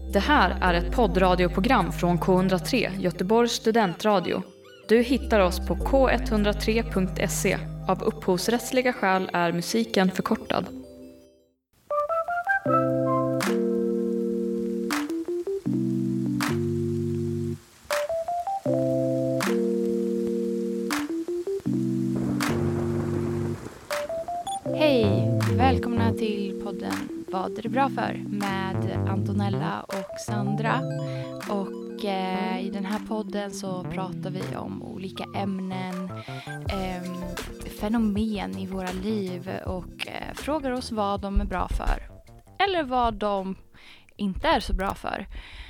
Det här är ett poddradioprogram från K103, Göteborgs studentradio. Du hittar oss på k103.se. Av upphovsrättsliga skäl är musiken förkortad. Hej, välkomna till podden Vad är det bra för? Med Antonella och Sandra. Och i den här podden så pratar vi om olika ämnen, fenomen i våra liv och frågar oss vad de är bra för. Eller vad de inte är så bra för.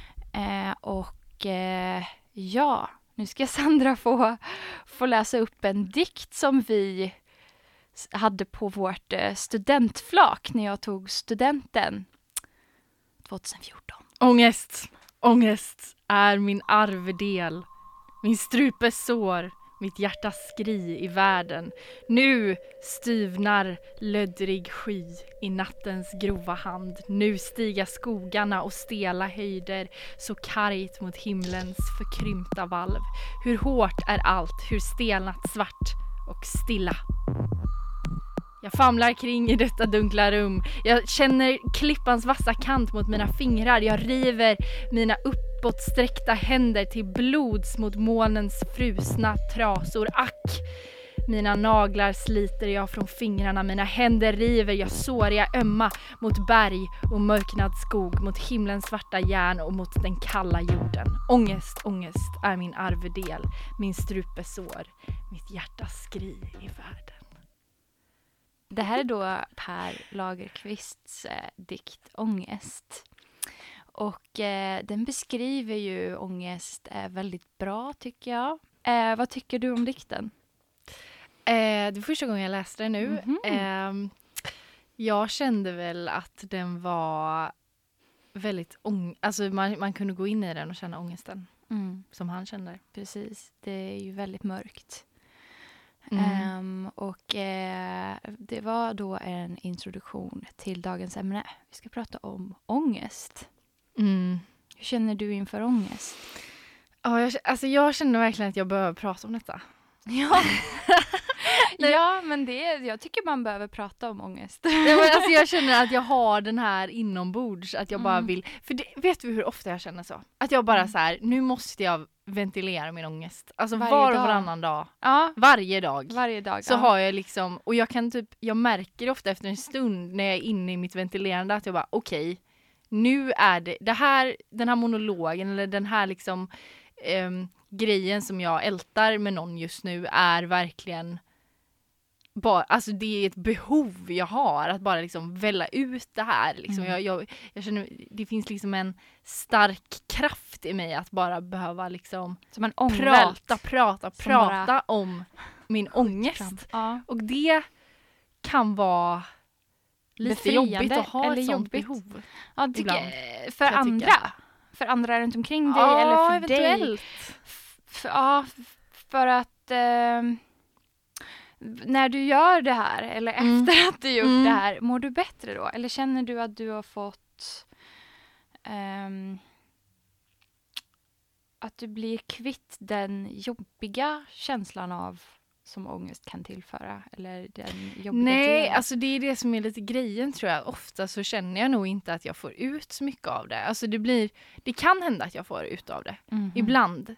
Ja, nu ska Sandra få läsa upp en dikt som vi hade på vårt studentflak när jag tog studenten 2014. Ångest är min arvedel, min strupes sår, mitt hjärtas skri i världen. Nu styvnar löddrig sky i nattens grova hand. Nu stiga skogarna och stela höjder så kargt mot himlens förkrympta valv. Hur hårt är allt, hur stelnat svart och stilla. Jag famlar kring i detta dunkla rum. Jag känner klippans vassa kant mot mina fingrar. Jag river mina uppåtsträckta händer till blods mot molnens frusna trasor. Ack! Mina naglar sliter jag från fingrarna. Mina händer river jag såriga ömma mot berg och mörknad skog, mot himlens svarta järn och mot den kalla jorden. Ångest är min arvedel, min strupesår, mitt hjärtas skri i världen. Det här är då Per Lagerkvists dikt Ångest. Och den beskriver ju ångest väldigt bra, tycker jag. Vad tycker du om dikten? Det är första gången jag läste den nu. Jag kände väl att den var väldigt alltså man kunde gå in i den och känna ångesten. Som han kände. Precis, det är ju väldigt mörkt. Det var då en introduktion till dagens ämne. Vi ska prata om ångest. Hur känner du inför ångest? Jag känner verkligen att jag behöver prata om detta. Ja, ja, men jag tycker man behöver prata om ångest. Jag känner att jag har den här inombords, att jag bara vill, för vet du hur ofta jag känner så? Att jag bara så här, nu måste jag ventilera min ångest. Alltså var och varannan dag. Ja. Varje dag så har jag liksom, och jag märker ofta efter en stund när jag är inne i mitt ventilerande att jag bara okej, nu är det här, den här monologen eller den här liksom grejen som jag ältar med någon just nu är verkligen bara, alltså det är ett behov jag har att bara liksom välla ut det här liksom. Jag känner det finns liksom en stark kraft i mig att bara behöva liksom som en prata om min ångest. Ja. Och det kan vara lite befriande, jobbigt att ha ett sånt jobbigt behov. Ja, för andra runt omkring dig eller för eventuellt. dig. För att när du gör det här eller efter att du gjort det här, mår du bättre då? Eller känner du att du har fått att du blir kvitt den jobbiga känslan av som ångest kan tillföra? Eller den jobbiga delen? Alltså det är det som är lite grejen, tror jag. Ofta så känner jag nog inte att jag får ut så mycket av det. Alltså det kan hända att jag får ut av det. Ibland.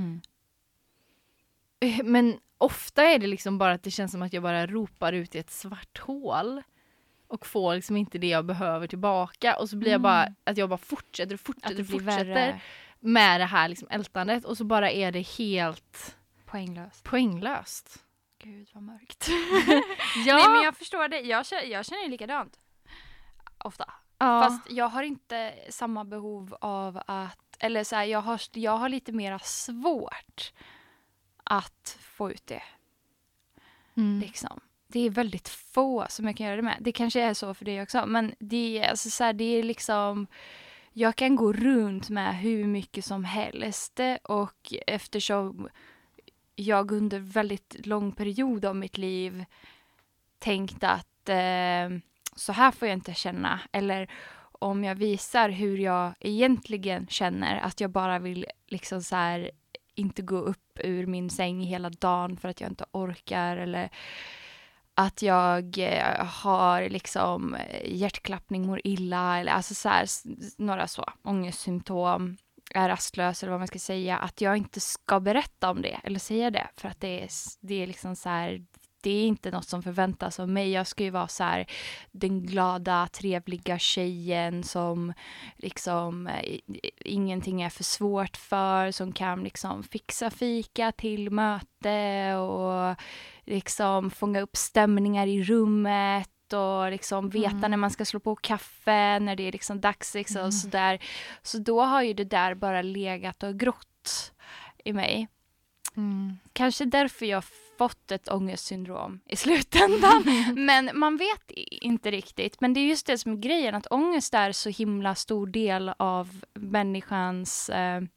Men ofta är det liksom bara att det känns som att jag bara ropar ut i ett svart hål och får liksom inte det jag behöver tillbaka. Och så blir jag bara, att jag bara fortsätter med det här liksom ältandet. Och så bara är det helt poänglöst. Gud, vad mörkt. Ja. Nej, men jag förstår det. Jag känner ju likadant. Ofta. Ja. Fast jag har inte samma behov av att, eller så här, jag har lite mera svårt att få ut det. Liksom. Det är väldigt få som jag kan göra det med. Det kanske är så för dig också. Men det är, alltså, så här, det är liksom, jag kan gå runt med hur mycket som helst. Och eftersom jag under väldigt lång period av mitt liv tänkt att så här får jag inte känna. Eller om jag visar hur jag egentligen känner, att jag bara vill liksom så här, inte gå upp ur min säng hela dagen för att jag inte orkar, eller att jag har liksom hjärtklappning, mår illa, eller alltså så här, några så ångestsymptom, är rastlös eller vad man ska säga, att jag inte ska berätta om det eller säga det, för att det är liksom så här, det är inte något som förväntas av mig. Jag ska ju vara så här den glada, trevliga tjejen som liksom ingenting är för svårt för, som kan liksom fixa fika till möte och liksom fånga upp stämningar i rummet och liksom veta när man ska slå på kaffe, när det är liksom dags liksom, sådär. Så då har ju det där bara legat och grott i mig. Kanske därför jag fått ett ångestsyndrom i slutändan. Men man vet inte riktigt. Men det är just det som är grejen, att ångest är så himla stor del av människans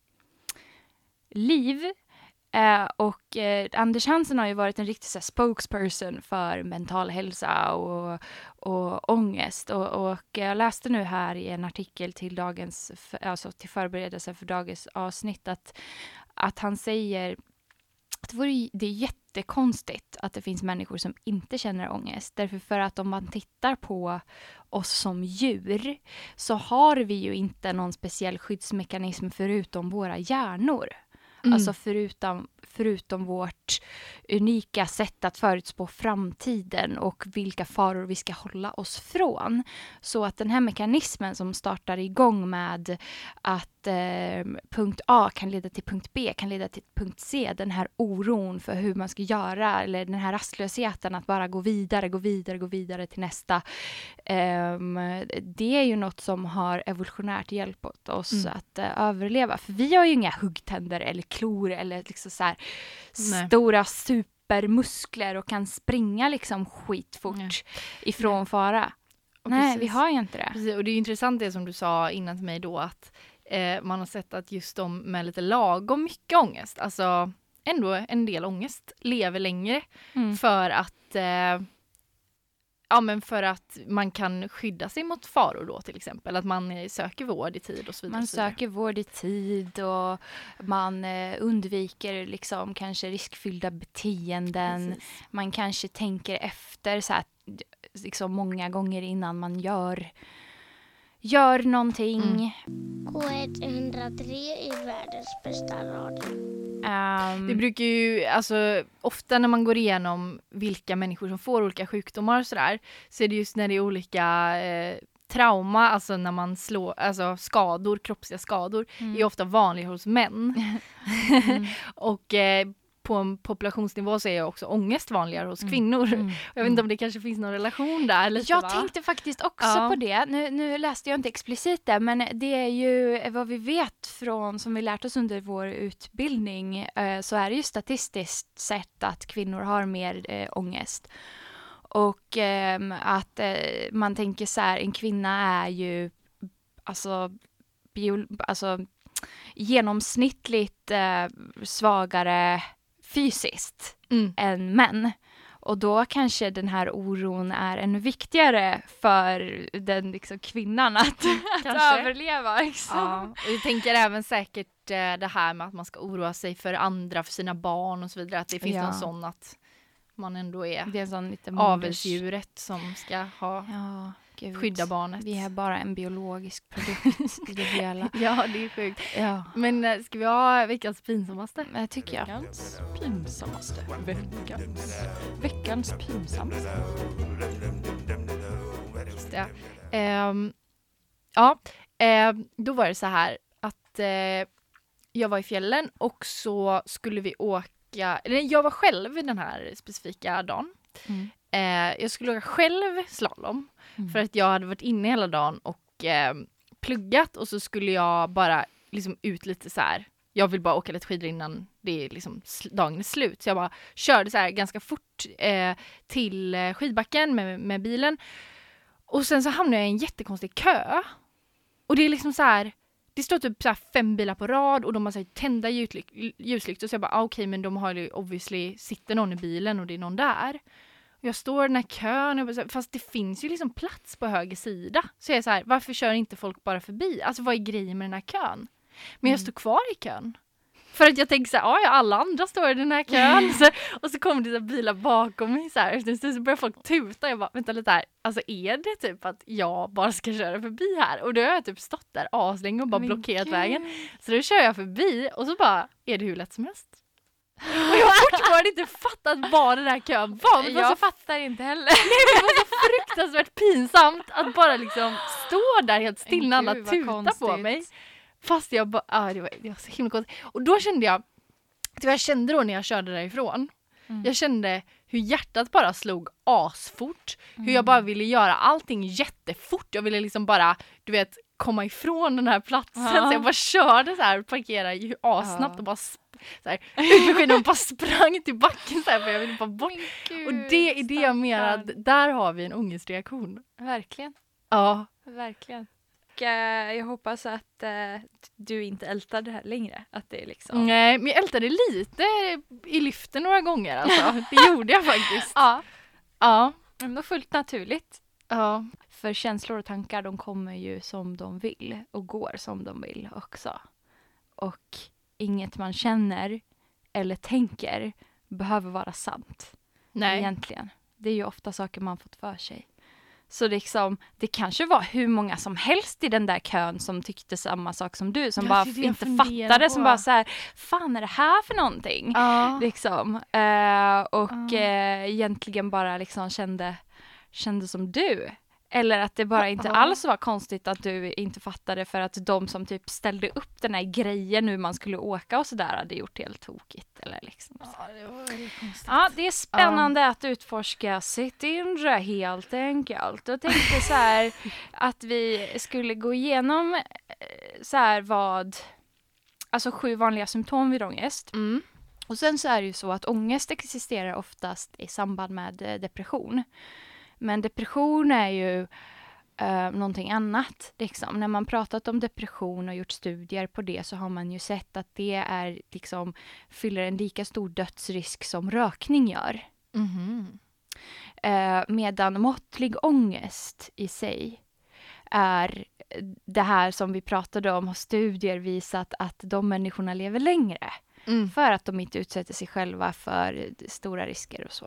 liv. Och Anders Hansen har ju varit en riktig så här, spokesperson för mental hälsa och ångest. Och jag läste nu här i en artikel till till förberedelse för dagens avsnitt att han säger att det är jättekonstigt att det finns människor som inte känner ångest. Därför för att om man tittar på oss som djur så har vi ju inte någon speciell skyddsmekanism förutom våra hjärnor. Alltså förutom vårt unika sätt att förutspå framtiden och vilka faror vi ska hålla oss från. Så att den här mekanismen som startar igång med att punkt A kan leda till punkt B, kan leda till punkt C. Den här oron för hur man ska göra, eller den här rastlösheten att bara gå vidare till nästa. Det är ju något som har evolutionärt hjälpt oss att överleva. För vi har ju inga huggtänder eller klor eller liksom så här stora supermuskler och kan springa liksom skitfort ifrån fara. Nej, vi har ju inte det. Precis, och det är ju intressant det som du sa innan till mig då, att man har sett att just de med lite lagom mycket ångest, alltså ändå en del ångest, lever längre för att för att man kan skydda sig mot faror då, till exempel. Att man söker vård i tid och så vidare. Man söker vård i tid och man undviker liksom kanske riskfyllda beteenden. Precis. Man kanske tänker efter så här, liksom många gånger innan man gör någonting. K103 är världens bästa radio. Det brukar ju, alltså ofta när man går igenom vilka människor som får olika sjukdomar och sådär, så är det just när det är olika trauma, alltså när man slår, alltså skador, kroppsliga skador, är ofta vanliga hos män. Och på en populationsnivå så är också ångest vanligare hos kvinnor. Jag vet inte om det kanske finns någon relation där. Lite, jag tänkte faktiskt också på det. Nu läste jag inte explicit det, men det är ju vad vi vet från, som vi lärt oss under vår utbildning, så är det ju statistiskt sett att kvinnor har mer ångest. Och att man tänker så här, en kvinna är ju alltså genomsnittligt svagare fysiskt än män. Och då kanske den här oron är ännu viktigare för den liksom, kvinnan att överleva. Liksom. Ja. Och jag tänker även säkert det här med att man ska oroa sig för andra, för sina barn och så vidare. Att det finns någon sån att man ändå är det är en sån lite avelsdjuret som ska ha skydda barnet. Vi är bara en biologisk produkt i det hela. Ja, det är sjukt. Ja. Men ska vi ha veckans pinsammaste? Det tycker jag. Veckans pinsammaste. Veckans pinsammaste. Just det. Då var det så här att jag var i fjällen och så skulle vi åka, eller jag var själv den här specifika dagen. Jag skulle åka själv slalom för att jag hade varit inne hela dagen och pluggat, och så skulle jag bara liksom ut lite så här. Jag vill bara åka lite skidor innan det är liksom dagen är slut. Så jag bara körde så här ganska fort till skidbacken med bilen. Och sen så hamnade jag i en jättekonstig kö. Och det är liksom så här, det står typ så här 5 bilar på rad och de har så här tända ljuslyktor. Så jag bara, okej, men de har ju obviously, sitter någon i bilen och det är någon där. Jag står i den här kön, och fast det finns ju liksom plats på höger sida. Så jag är så här, varför kör inte folk bara förbi? Alltså vad är grejen med den här kön? Men jag står kvar i kön. För att jag tänker så här, ja alla andra står i den här kön. Och så kommer det så bilar bakom mig så här. Efter så börjar folk tuta. Jag bara, vänta lite här. Alltså är det typ att jag bara ska köra förbi här? Och då har jag typ stått där aslänge och bara blockerat vägen. Så då kör jag förbi och så bara, är det hur lätt som helst? Och jag har fortfarande inte fattat vad den här kön var. Men Jag fattar inte heller. Nej, men det var så fruktansvärt pinsamt att bara liksom stå där helt still när alla tutar på mig. Fast jag bara, det var så himla konstigt. Och då kände jag, vad jag kände då när jag körde därifrån. Jag kände hur hjärtat bara slog asfort. Hur jag bara ville göra allting jättefort. Jag ville liksom bara, du vet, komma ifrån den här platsen. Så jag bara körde så här, parkerade assnabbt och bara så här, ut och bara sprang till backen så här, för jag ville bara bort. Och det är det jag menar, där har vi en ångestreaktion. Verkligen. Ja. Verkligen. Och jag hoppas att du inte ältar det här längre. Att det är liksom... Nej, men jag ältade lite i lyften några gånger. Alltså. Det gjorde jag faktiskt. Ja. Men det är fullt naturligt. Ja. För känslor och tankar, de kommer ju som de vill. Och går som de vill också. Och inget man känner eller tänker behöver vara sant. Nej. Egentligen. Det är ju ofta saker man fått för sig. Så liksom, det kanske var hur många som helst i den där kön som tyckte samma sak som du. Som bara inte fattade. På. Som bara så här, fan är det här för någonting? Ja. Liksom. Egentligen bara liksom kände som du. Eller att det bara inte alls var konstigt att du inte fattade för att de som typ ställde upp den här grejen nu man skulle åka och sådär hade gjort helt tokigt. Eller liksom. Ja, det var väldigt konstigt. Ja, det är spännande att utforska sitt inre helt enkelt. Och tänkte så här att vi skulle gå igenom så här alltså 7 vanliga symptom vid ångest. Och sen så är det ju så att ångest existerar oftast i samband med depression. Men depression är ju någonting annat. Liksom. När man pratat om depression och gjort studier på det så har man ju sett att det är liksom, fyller en lika stor dödsrisk som rökning gör. Medan måttlig ångest i sig är det här som vi pratade om, har studier visat att de människorna lever längre. För att de inte utsätter sig själva för stora risker och så.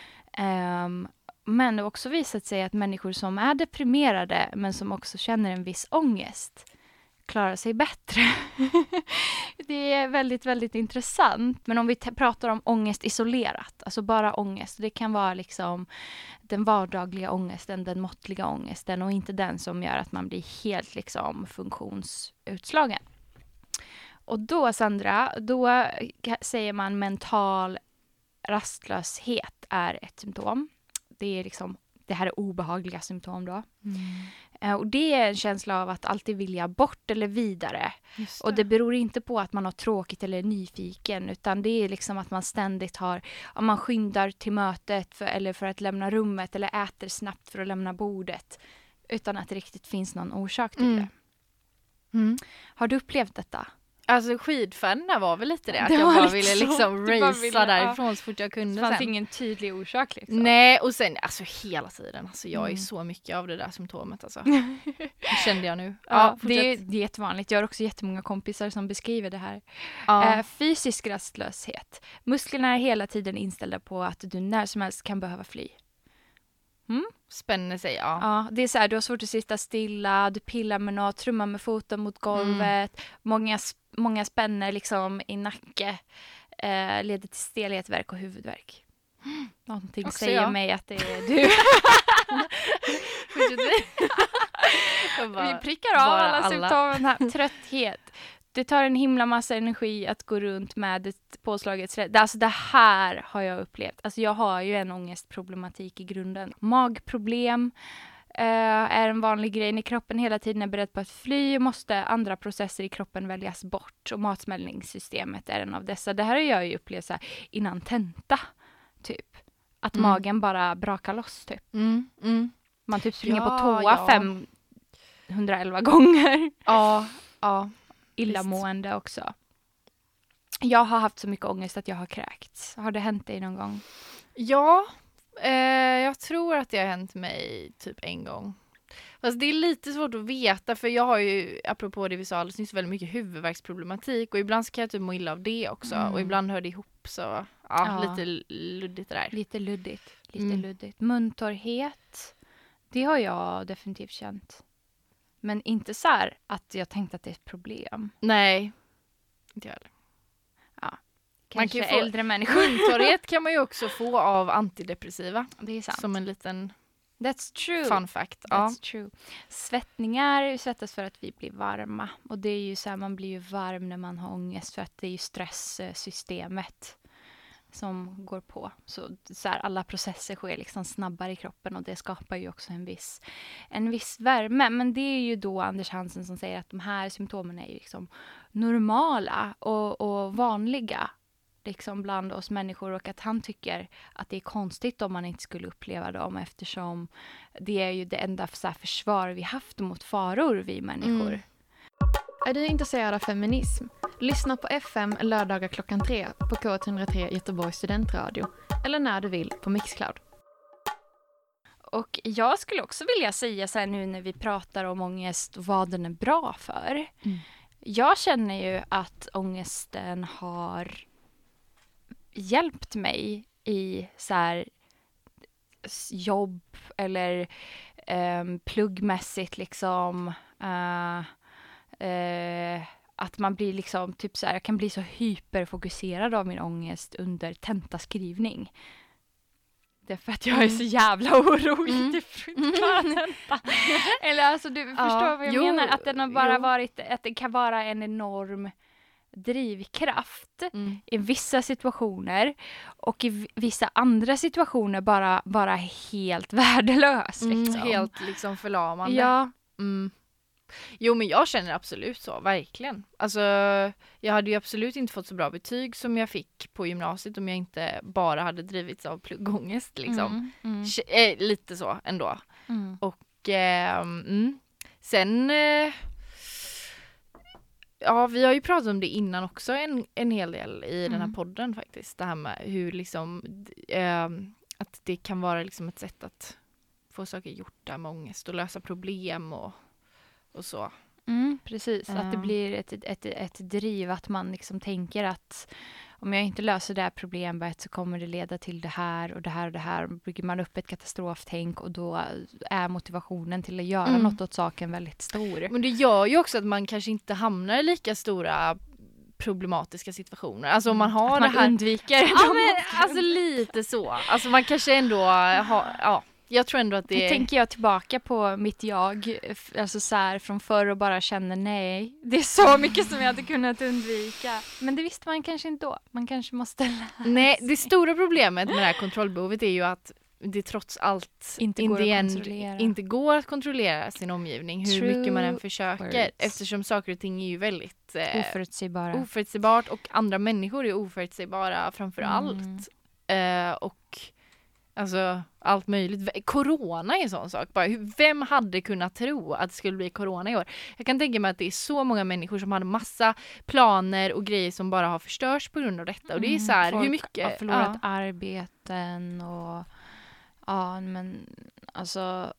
Men det har också visat sig att människor som är deprimerade men som också känner en viss ångest klarar sig bättre. Det är väldigt, väldigt intressant. Men om vi pratar om ångest isolerat, alltså bara ångest, det kan vara liksom den vardagliga ångesten, den måttliga ångesten och inte den som gör att man blir helt liksom funktionsutslagen. Och då, Sandra, då säger man mental rastlöshet är ett symptom. Det är liksom, det här är obehagliga symptom då. Och det är en känsla av att alltid vilja bort eller vidare. Och det beror inte på att man har tråkigt eller är nyfiken, utan det är liksom att man ständigt har, om man skyndar till mötet eller för att lämna rummet eller äter snabbt för att lämna bordet utan att det riktigt finns någon orsak till det. Har du upplevt detta? Alltså skidfärderna var väl lite det. Att jag bara ville liksom racea därifrån så fort jag kunde. Det fanns ingen tydlig orsak liksom. Nej, och sen alltså hela tiden. Alltså jag är så mycket av det där symptomet alltså. Det kände jag nu. Ja, det är jättevanligt. Jag har också jättemånga kompisar som beskriver det här. Fysisk rastlöshet. Musklerna är hela tiden inställda på att du när som helst kan behöva fly. Spänner sig, ja. Det är så här, du har svårt att sitta stilla, du pillar med något, trummar med foten mot golvet, många spänner liksom i nacke, leder till stelhet, värk och huvudvärk. Någonting också säger mig att det är du. Vi prickar av alla symptomen här. Trötthet. Det tar en himla massa energi att gå runt med ett påslaget stress. Alltså det här har jag upplevt. Alltså jag har ju en ångestproblematik i grunden. Magproblem är en vanlig grej. När kroppen hela tiden är beredd på att fly måste andra processer i kroppen väljas bort. Och matsmältningssystemet är en av dessa. Det här har jag ju upplevt så här, innan tenta, typ. Att magen bara brakar loss, typ. Man typ springer på toa 511 gånger. Ja. Illamående också. Jag har haft så mycket ångest att jag har kräkts. Har det hänt dig någon gång? Ja, Jag tror att det har hänt mig typ en gång. Fast det är lite svårt att veta, för jag har ju, apropå det vi sa alldeles nyss, väldigt mycket huvudvärksproblematik och ibland så kan jag typ må illa av det också och ibland hör det ihop, så lite luddigt det där. Lite luddigt. Muntorrhet, det har jag definitivt känt. Men inte så här att jag tänkte att det är ett problem. Nej, inte jag heller. Ja. Kanske man kan få, äldre människor. Muntorrhet kan man ju också få av antidepressiva. Det är sant. Som en liten That's true. fun fact. That's true. Svettningar svettas för att vi blir varma. Och det är ju så här, man blir ju varm när man har ångest för att det är ju stresssystemet som går på. Så här, alla processer sker liksom snabbare i kroppen och det skapar ju också en viss värme. Men det är ju då Anders Hansen som säger att de här symptomen är ju liksom normala och vanliga liksom bland oss människor, och att han tycker att det är konstigt om man inte skulle uppleva dem, eftersom det är ju det enda så här försvar vi haft mot faror, vi människor. Är du intresserad av feminism? Lyssna på FM lördagar 3 på K103 Göteborgs studentradio eller när du vill på Mixcloud. Och jag skulle också vilja säga så här nu när vi pratar om ångest och vad den är bra för. Jag känner ju att ångesten har hjälpt mig i så här jobb eller pluggmässigt liksom. Att man blir liksom typ så här, jag kan bli så hyperfokuserad av min ångest under tentaskrivning. Det är för att jag är så jävla orolig typ för att klara tenta. Eller alltså du förstår vad jag menar, att den har bara varit, att det kan vara en enorm drivkraft i vissa situationer, och i vissa andra situationer bara helt värdelös liksom. Helt liksom förlamande. Ja. Jo, men jag känner absolut så, verkligen. Alltså, jag hade ju absolut inte fått så bra betyg som jag fick på gymnasiet om jag inte bara hade drivits av pluggångest liksom. Lite så ändå. Och sen ja, vi har ju pratat om det innan också en hel del i den här podden faktiskt. Det här med hur liksom att det kan vara liksom ett sätt att få saker gjort där med ångest och lösa problem och så. Precis, att det blir ett driv, att man liksom tänker att om jag inte löser det här problemet så kommer det leda till det här och det här och det här. Bygger man upp ett katastroftänk och då är motivationen till att göra något åt saken väldigt stor. Men det gör ju också att man kanske inte hamnar i lika stora problematiska situationer. Alltså om man har att man det här undviker. Ja, men alltså lite så. Alltså man kanske ändå har, jag tror ändå att det tänker jag tillbaka på mitt jag, alltså så här från förr, och bara känner nej, det är så mycket som jag hade kunnat undvika. Men det visste man kanske inte då. Man kanske måste lära sig. Nej, det stora problemet med det här kontrollbehovet är ju att det trots allt inte går att kontrollera sin omgivning hur mycket man än försöker. Eftersom saker och ting är ju väldigt oförutsägbart, och andra människor är oförutsägbara framför allt. Och alltså allt möjligt. Corona är en sån sak. Bara, vem hade kunnat tro att det skulle bli corona i år? Jag kan tänka mig att det är så många människor som hade massa planer och grejer som bara har förstörts på grund av detta. Och det är så här, hur mycket har förlorat arbeten och men alltså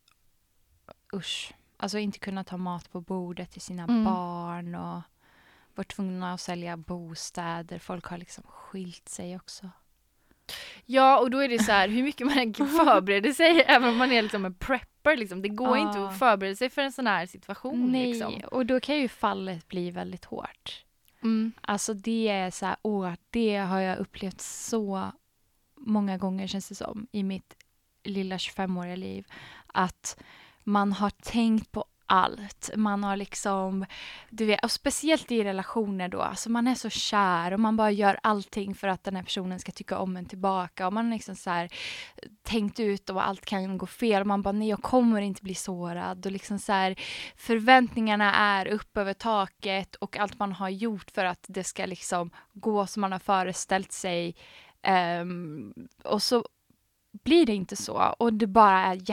usch. Alltså inte kunna ta mat på bordet till sina barn och varit tvungna att sälja bostäder. Folk har liksom skilt sig också. Ja, och då är det så här, hur mycket man förbereder sig, även om man är liksom en prepper liksom. Det går inte att förbereda sig för en sån här situation. Nej, liksom. Och då kan ju fallet bli väldigt hårt. Alltså det är så här, det har jag upplevt så många gånger, känns det som, i mitt lilla 25-åriga liv, att man har tänkt på allt. Man har liksom, du vet, och speciellt i relationer då, alltså man är så kär och man bara gör allting för att den här personen ska tycka om en tillbaka, och man liksom så här tänkt ut och allt kan gå fel, och man bara nej, jag kommer inte bli sårad, och liksom så här förväntningarna är upp över taket, och allt man har gjort för att det ska liksom gå som man har föreställt sig, och så blir det inte så, och det bara är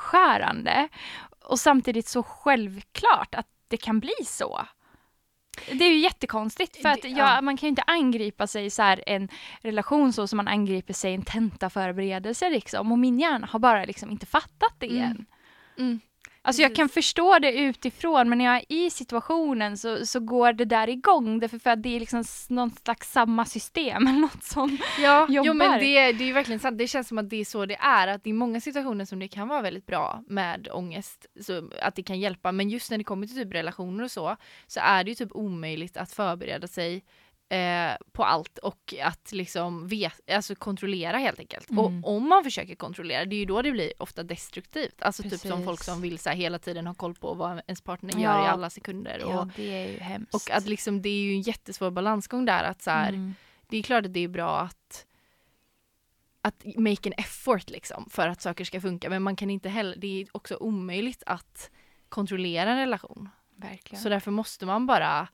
hjärtskärande. Och samtidigt så självklart att det kan bli så. det är ju jättekonstigt för att man kan ju inte angripa sig så här en relation så som man angriper sig en tentaförberedelse liksom. Och min hjärna har bara liksom inte fattat det än. Alltså jag kan förstå det utifrån, men när jag är i situationen så går det där igång. Därför för att det är liksom någon slags samma system eller något som jobbar. Jo, men det är ju verkligen sant. Det känns som att det är så det är. Att det är många situationer som det kan vara väldigt bra med ångest. Så att det kan hjälpa. Men just när det kommer till typ relationer och så är det ju typ omöjligt att förbereda sig på allt och att liksom kontrollera helt enkelt. Och om man försöker kontrollera, det är ju då det blir ofta destruktivt. Alltså typ som folk som vill så här, hela tiden ha koll på vad ens partner gör i alla sekunder. Ja, det är ju hemskt. Och att liksom, det är ju en jättesvår balansgång där att så här, det är klart att det är bra att make an effort liksom för att saker ska funka, men man kan inte heller, det är också omöjligt att kontrollera en relation. Verkligen. Så därför måste man bara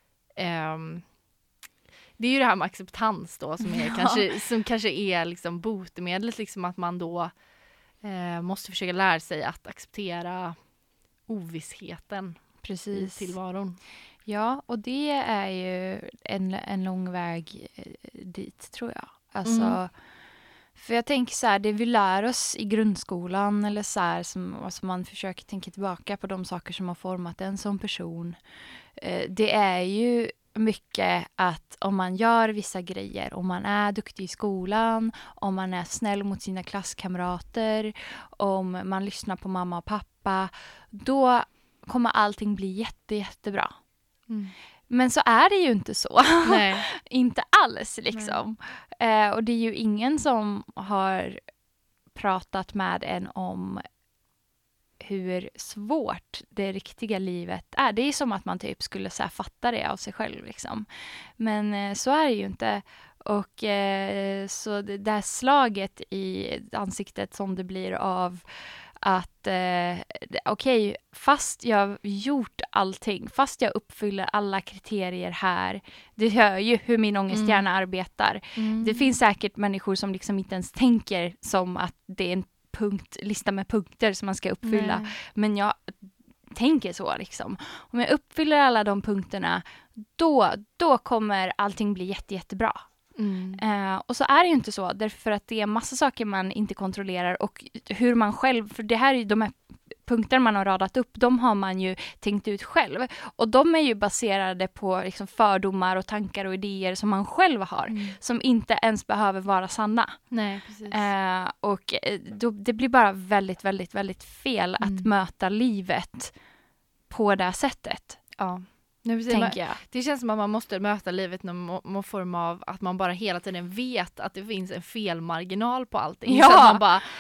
det är ju det här med acceptans då som kanske är liksom botemedlet, liksom att man då måste försöka lära sig att acceptera ovissheten i tillvaron. Ja, och det är ju en lång väg dit, tror jag. Alltså, för jag tänker så här, det vi lär oss i grundskolan eller så här, som man försöker tänka tillbaka på de saker som har format en som person. Det är ju mycket att om man gör vissa grejer, om man är duktig i skolan, om man är snäll mot sina klasskamrater, om man lyssnar på mamma och pappa, då kommer allting bli jättebra. Men så är det ju inte så. Nej. Inte alls liksom. Och det är ju ingen som har pratat med en om hur svårt det riktiga livet är. Det är som att man typ skulle så här fatta det av sig själv liksom. Men så är det ju inte. Och så det här slaget i ansiktet som det blir av att okej, fast jag har gjort allting, fast jag uppfyller alla kriterier här, det hör ju hur min ångesthjärna arbetar. Det finns säkert människor som liksom inte ens tänker som att det är en lista med punkter som man ska uppfylla. Nej. Men jag tänker så liksom. Om jag uppfyller alla de punkterna, då kommer allting bli jättebra. Och så är det ju inte så, därför att det är massa saker man inte kontrollerar, och hur man själv, för det här är ju de här punkter man har radat upp, de har man ju tänkt ut själv, och de är ju baserade på liksom fördomar och tankar och idéer som man själv har, som inte ens behöver vara sanna. Nej, precis. Och det blir bara väldigt, väldigt, väldigt fel att möta livet på det här sättet. Ja. Det känns som att man måste möta livet någon form av att man bara hela tiden vet att det finns en felmarginal på allting. Ja. Så att man bara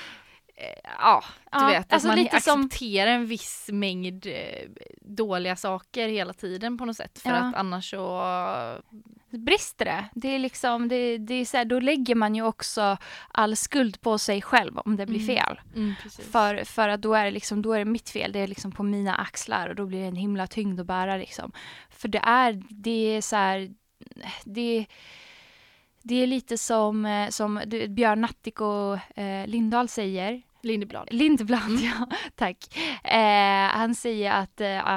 du vet, att alltså man lite accepterar en viss mängd dåliga saker hela tiden på något sätt. För att annars så brister det. Det är liksom, det är så här, då lägger man ju också all skuld på sig själv om det blir fel. För att då är det mitt fel. Det är liksom på mina axlar, och då blir det en himla tyngd att bära liksom. För det är så här, det är lite som Björn Natthik och Lindahl säger. Lindeblad, ja, tack. Han säger att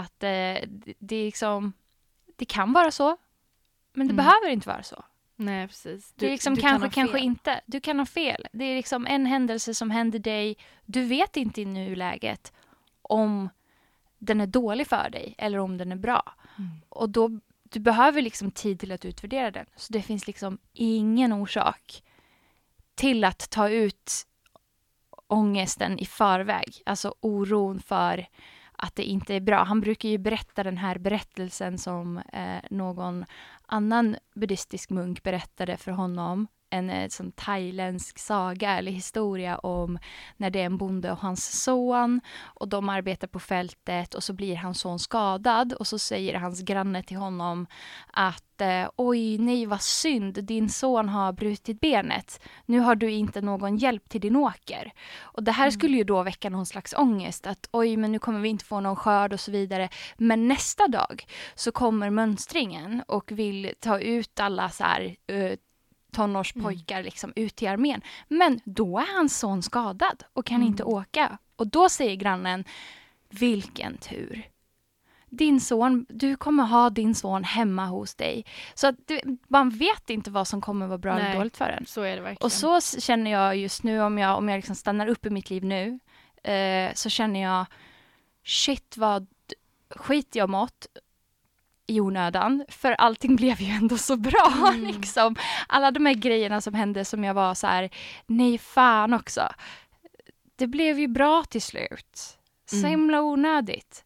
det är liksom, det kan vara så, men det behöver inte vara så. Nej, precis. Det är liksom kanske inte. Du kan ha fel. Det är liksom en händelse som händer dig. Du vet inte i nuläget om den är dålig för dig eller om den är bra. Och då du behöver liksom tid till att utvärdera den. Så det finns liksom ingen orsak till att ta ut ångesten i förväg. Alltså oron för att det inte är bra. Han brukar ju berätta den här berättelsen som någon annan buddhistisk munk berättade för honom. En sån thailändsk saga eller historia om när det är en bonde och hans son, och de arbetar på fältet, och så blir hans son skadad, och så säger hans granne till honom att oj nej vad synd, din son har brutit benet, nu har du inte någon hjälp till din åker. Och det här skulle ju då väcka någon slags ångest, att oj men nu kommer vi inte få någon skörd och så vidare. Men nästa dag så kommer mönstringen och vill ta ut alla så här tonårspojkar liksom ut i armén. Men då är hans son skadad och kan inte åka. Och då säger grannen, vilken tur. du kommer ha din son hemma hos dig. Så att man vet inte vad som kommer vara bra eller dåligt för en. Så är det verkligen. Och så känner jag just nu, om jag liksom stannar upp i mitt liv nu, så känner jag, shit vad skit jag mått i onödan, för allting blev ju ändå så bra. Liksom. Alla de här grejerna som hände som jag var så här, nej fan också. Det blev ju bra till slut. Så himla onödigt.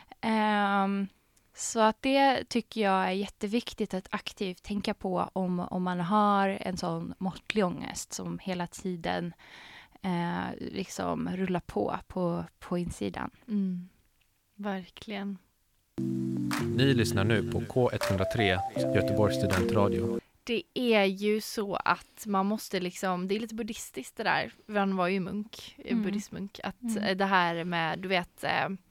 Så att det tycker jag är jätteviktigt att aktivt tänka på om man har en sån måttlig ångest som hela tiden liksom rullar på insidan. Verkligen. Ni lyssnar nu på K103, Göteborgs studentradio. Det är ju så att man måste liksom, det är lite buddhistiskt det där. Han var ju munk, buddhistmunk. Att det här med, du vet,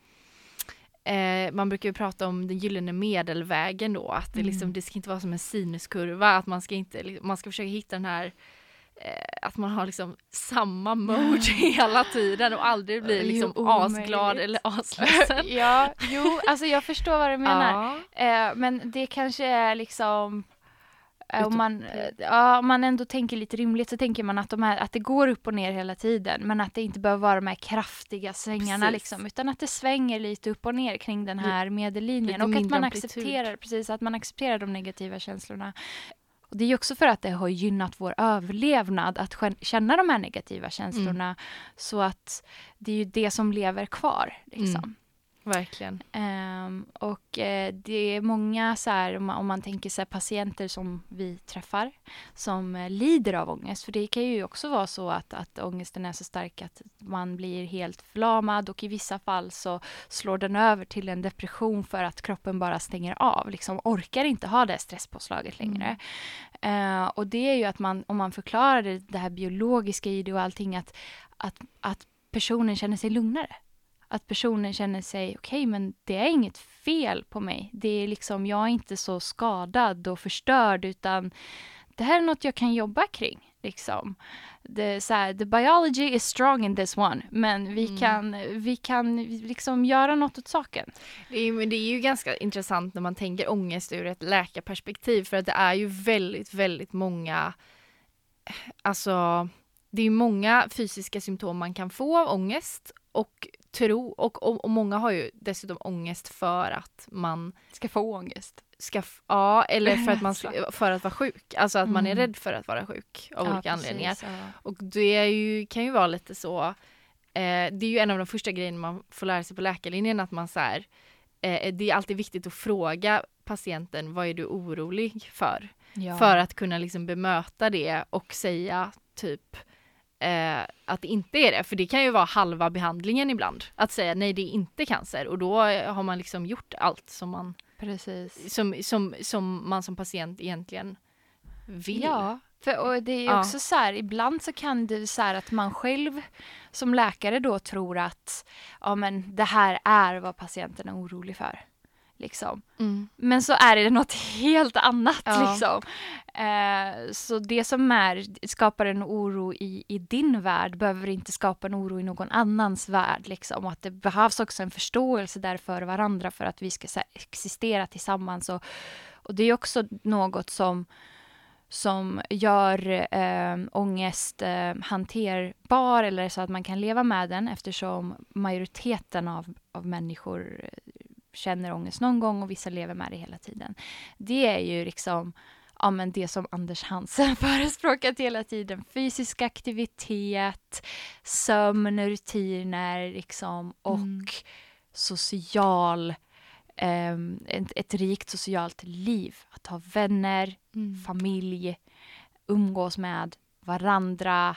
man brukar ju prata om den gyllene medelvägen då. Att det, liksom, det ska inte vara som en sinuskurva. Att man ska försöka hitta den här, att man har liksom samma mode hela tiden och aldrig blir liksom asglad eller asledsen. Ja, jo, alltså jag förstår vad du menar. Men det kanske är liksom, om man ändå tänker lite rimligt, så tänker man att det går upp och ner hela tiden, men att det inte behöver vara de här kraftiga svängarna liksom, utan att det svänger lite upp och ner kring den här medellinjen, och att man accepterar de negativa känslorna. Och det är ju också för att det har gynnat vår överlevnad att känna de här negativa känslorna, så att det är ju det som lever kvar liksom. Verkligen. Och det är många så här, om man tänker sig patienter som vi träffar som lider av ångest, för det kan ju också vara så att ångesten är så stark att man blir helt förlamad, och i vissa fall så slår den över till en depression för att kroppen bara stänger av, liksom orkar inte ha det stresspåslaget längre. Och det är ju att om man förklarar det här biologiska i det och allting, att personen känner sig lugnare. Att personen känner sig, okej, men det är inget fel på mig. Det är liksom, jag är inte så skadad och förstörd, utan det här är något jag kan jobba kring. Liksom. The biology is strong in this one, men vi kan liksom göra något åt saken. Det är ju ganska intressant när man tänker ångest ur ett läkarperspektiv, för att det är ju väldigt, väldigt många, alltså det är många fysiska symptom man kan få av ångest, och många har ju dessutom ångest för att man ska få ångest. Eller för att man för att vara sjuk. Alltså att man är rädd för att vara sjuk av olika anledningar. Ja. Och det kan ju vara lite så. Det är ju en av de första grejerna man får lära sig på läkarlinjen, att man så här, det är alltid viktigt att fråga patienten, vad är du orolig för? Ja. För att kunna liksom bemöta det och säga typ att det inte är det. För det kan ju vara halva behandlingen ibland. Att säga nej, det är inte cancer. Och då har man liksom gjort allt som man som man som patient egentligen vill. Ja, och det är också så här, ibland så kan det så här att man själv som läkare då tror att men det här är vad patienten är orolig för. Liksom. Men så är det något helt annat liksom. Så det som skapar en oro i din värld behöver inte skapa en oro i någon annans värld liksom. Och att det behövs också en förståelse där för varandra för att vi ska existera tillsammans, och det är också något som gör ångest hanterbar, eller så att man kan leva med den, eftersom majoriteten av människor känner ångest någon gång och vissa lever med det hela tiden. Det är ju liksom men det som Anders Hansen förespråkat hela tiden. Fysisk aktivitet, sömn, rutiner liksom, och ett rikt socialt liv. Att ha vänner, familj, umgås med varandra,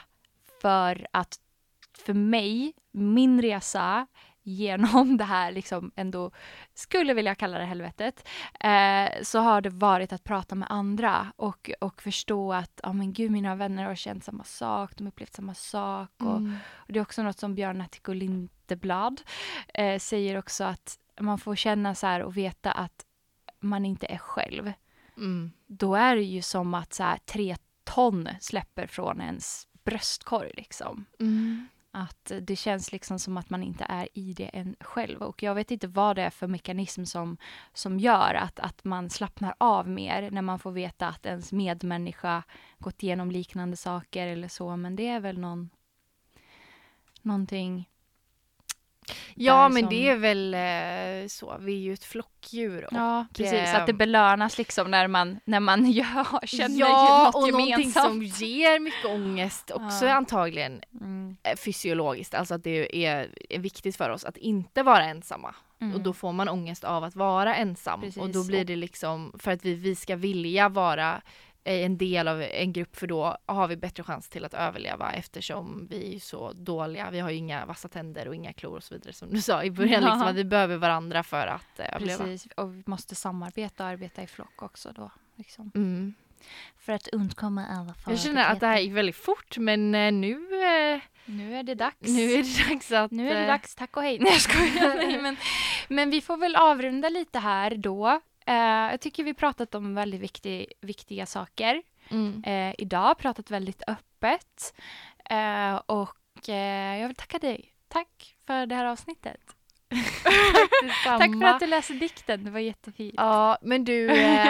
för mig, min resa genom det här liksom ändå skulle vilja kalla det helvetet, så har det varit att prata med andra och förstå att men gud, mina vänner har känt samma sak, de har upplevt samma sak, och det är också något som Björn Natthiko Lindeblad säger också, att man får känna så här och veta att man inte är själv. Då är det ju som att så här, 3 ton släpper från ens bröstkorg liksom. Att det känns liksom som att man inte är i det än själv. Och jag vet inte vad det är för mekanism som gör att man slappnar av mer när man får veta att ens medmänniska gått igenom liknande saker eller så. Men det är väl någonting... Ja, men det är väl så. Vi är ju ett flockdjur. Och, ja, precis. Att det belönas liksom när man känner något och någonting som gemensamt. ger mycket ångest också antagligen Mm. fysiologiskt. Alltså att det är viktigt för oss att inte vara ensamma. Och då får man ångest av att vara ensam. Precis. Och då blir det liksom för att vi ska vilja vara en del av en grupp, för då har vi bättre chans till att överleva eftersom vi är så dåliga. Vi har ju inga vassa tänder och inga klor och så vidare som du sa i början. Liksom, att vi behöver varandra för att överleva. Precis, och vi måste samarbeta och arbeta i flock också då. Liksom. Mm. För att undkomma alla farligheter. Jag känner att det här gick väldigt fort, men nu är det dags. Nu är det dags att... Nu är det dags, tack och hej. Nej, jag skojar. Nej, men vi får väl avrunda lite här då. Jag tycker vi pratat om väldigt viktiga saker. Idag pratat väldigt öppet. Och jag vill tacka dig. Tack för det här avsnittet. Tack för att du läste dikten. Det var jättefint. Ja, men du...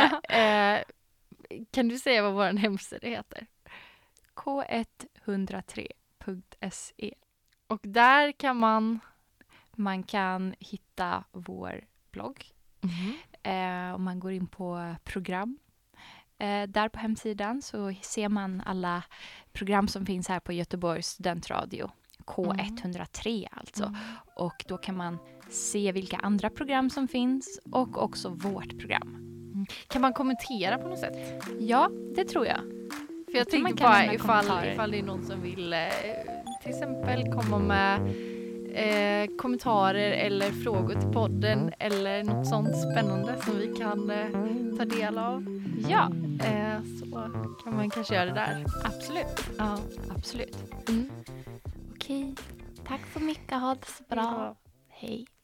kan du säga vad vår hemsida heter? K103.se. Och där kan man kan hitta vår blogg. Om man går in på program. Där på hemsidan så ser man alla program som finns här på Göteborgs studentradio. K103 alltså. Och då kan man se vilka andra program som finns och också vårt program. Kan man kommentera på något sätt? Ja, det tror jag. För jag tänkte bara ifall det är någon som vill till exempel komma med kommentarer eller frågor till podden eller något sånt spännande som vi kan ta del av. Ja, så kan man kanske göra det där. absolut. Ja, Absolut. Mm. Okej, tack så mycket. Ha det så bra. Hej.